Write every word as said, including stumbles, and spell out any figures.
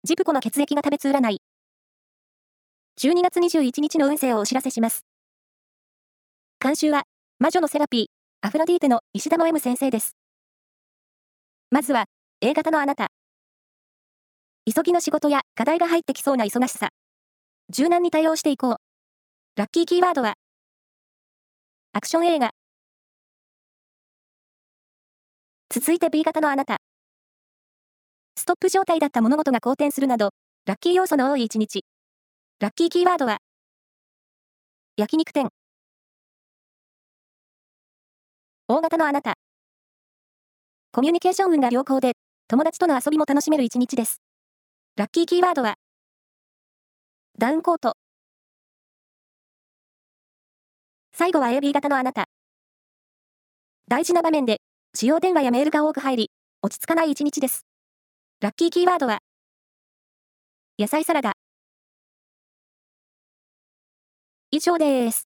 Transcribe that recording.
ジプコの血液が食べつ占い。じゅうにがつにじゅういちにちの運勢をお知らせします。監修は、魔女のセラピー、アフロディーテの石田の M 先生です。まずは、A 型のあなた。急ぎの仕事や課題が入ってきそうな忙しさ。柔軟に対応していこう。ラッキーキーワードは、アクション映画。続いて B 型のあなた。ストップ状態だった物事が好転するなど、ラッキー要素の多い一日。ラッキーキーワードは、焼肉店。O 型のあなた。コミュニケーション運が良好で、友達との遊びも楽しめる一日です。ラッキーキーワードは、ダウンコート。最後は エービー 型のあなた。大事な場面で、使用電話やメールが多く入り、落ち着かない一日です。ラッキーキーワードは、野菜サラダ。以上です。